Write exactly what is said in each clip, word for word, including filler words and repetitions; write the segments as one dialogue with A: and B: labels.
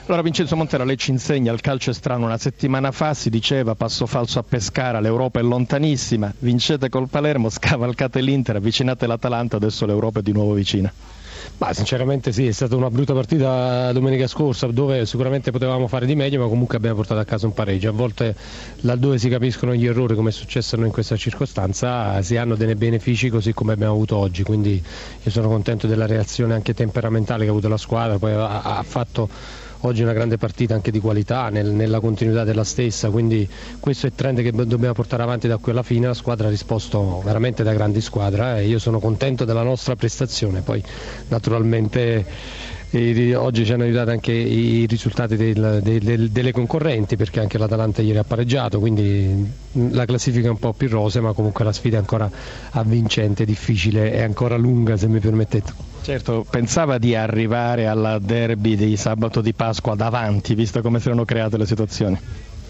A: Allora Vincenzo Montella, lei ci insegna il calcio è strano, una settimana fa si diceva passo falso a Pescara, l'Europa è lontanissima, vincete col Palermo, scavalcate l'Inter, avvicinate l'Atalanta, adesso l'Europa è di nuovo vicina.
B: Ma sinceramente sì, è stata una brutta partita domenica scorsa dove sicuramente potevamo fare di meglio, ma comunque abbiamo portato a casa un pareggio. A volte laddove si capiscono gli errori, come è successo a noi in questa circostanza, si hanno dei benefici così come abbiamo avuto oggi, quindi io sono contento della reazione anche temperamentale che ha avuto la squadra, poi ha, ha fatto oggi una grande partita anche di qualità nel, nella continuità della stessa, quindi questo è il trend che dobbiamo portare avanti da qui alla fine. La squadra ha risposto veramente da grandi squadra e io sono contento della nostra prestazione, poi naturalmente eh, oggi ci hanno aiutato anche i risultati del, del, delle concorrenti, perché anche l'Atalanta ieri ha pareggiato, quindi la classifica è un po' più rosea, ma comunque la sfida è ancora avvincente, difficile e ancora lunga, se mi permettete.
A: Certo, pensava di arrivare alla derby di sabato di Pasqua davanti, visto come si erano create le situazioni?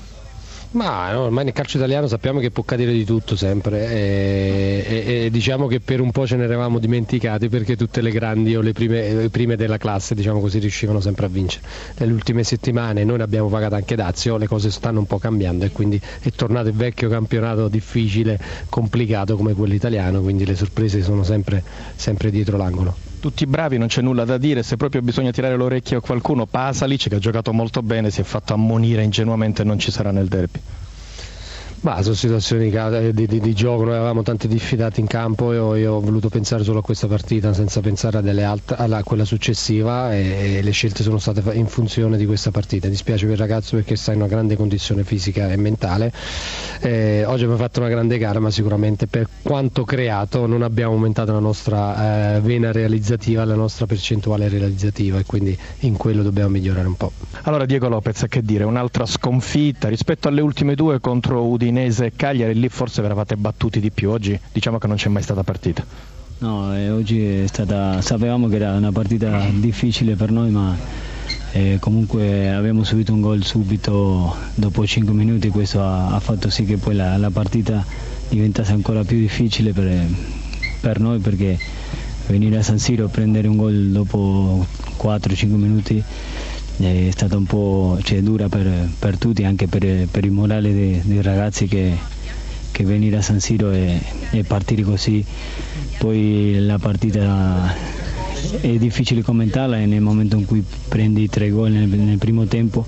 B: Ma no, ormai nel calcio italiano sappiamo che può cadere di tutto sempre e, e, e diciamo che per un po' ce ne eravamo dimenticati, perché tutte le grandi o le prime, le prime della classe, diciamo così, riuscivano sempre a vincere. Nelle ultime settimane noi ne abbiamo pagato anche dazio, le cose stanno un po' cambiando e quindi è tornato il vecchio campionato difficile, complicato come quello italiano, quindi le sorprese sono sempre, sempre dietro l'angolo.
A: Tutti bravi, non c'è nulla da dire, se proprio bisogna tirare l'orecchio a qualcuno, Pasalic che ha giocato molto bene, si è fatto ammonire ingenuamente e non ci sarà nel derby.
B: Ma sono situazioni di, di, di, di gioco, noi avevamo tanti diffidati in campo e io, io ho voluto pensare solo a questa partita senza pensare a, delle alt- a quella successiva e, e le scelte sono state in funzione di questa partita. Mi dispiace per il ragazzo perché sta in una grande condizione fisica e mentale, eh, oggi abbiamo fatto una grande gara, ma sicuramente per quanto creato non abbiamo aumentato la nostra eh, vena realizzativa, la nostra percentuale realizzativa, e quindi in quello dobbiamo migliorare un po'.
A: Allora Diego Lopez, che dire, un'altra sconfitta rispetto alle ultime due contro Udinese e Cagliari, lì forse vi eravate battuti di più, oggi diciamo che non c'è mai stata partita.
C: No, eh, oggi è stata, sapevamo che era una partita difficile per noi, ma eh, comunque abbiamo subito un gol subito dopo cinque minuti, questo ha, ha fatto sì che poi la, la partita diventasse ancora più difficile per, per noi, perché venire a San Siro e prendere un gol dopo quattro cinque minuti è stata un po', cioè, dura per, per tutti, anche per, per il morale dei, dei ragazzi che, che venire a San Siro e, e partire così. Poi la partita è difficile commentarla e nel momento in cui prendi tre gol nel, nel primo tempo,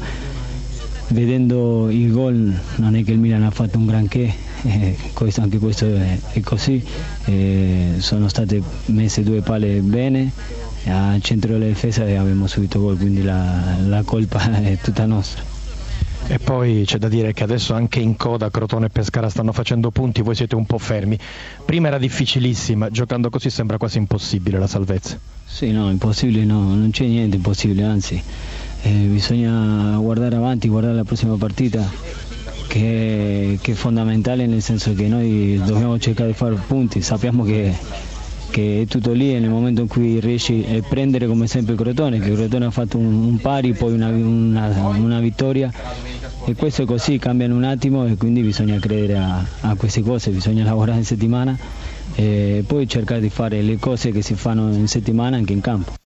C: vedendo il gol non è che il Milan ha fatto un granché, eh, questo, anche questo è, è così, eh, sono state messe due palle bene al centro della difesa e abbiamo subito gol, quindi la, la colpa è tutta nostra.
A: E poi c'è da dire che adesso anche in coda Crotone e Pescara stanno facendo punti, voi siete un po' fermi. Prima era difficilissima, giocando così sembra quasi impossibile la salvezza.
C: Sì, no, impossibile no, non c'è niente impossibile, anzi eh, bisogna guardare avanti, guardare la prossima partita, che, che è fondamentale, nel senso che noi dobbiamo cercare di fare punti, sappiamo che che è tutto lì e nel momento in cui riesci a prendere come sempre il Crotone, che il Crotone ha fatto un, un pari, poi una, una, una vittoria, e questo è così, cambiano un attimo e quindi bisogna credere a, a queste cose, bisogna lavorare in settimana e poi cercare di fare le cose che si fanno in settimana anche in campo.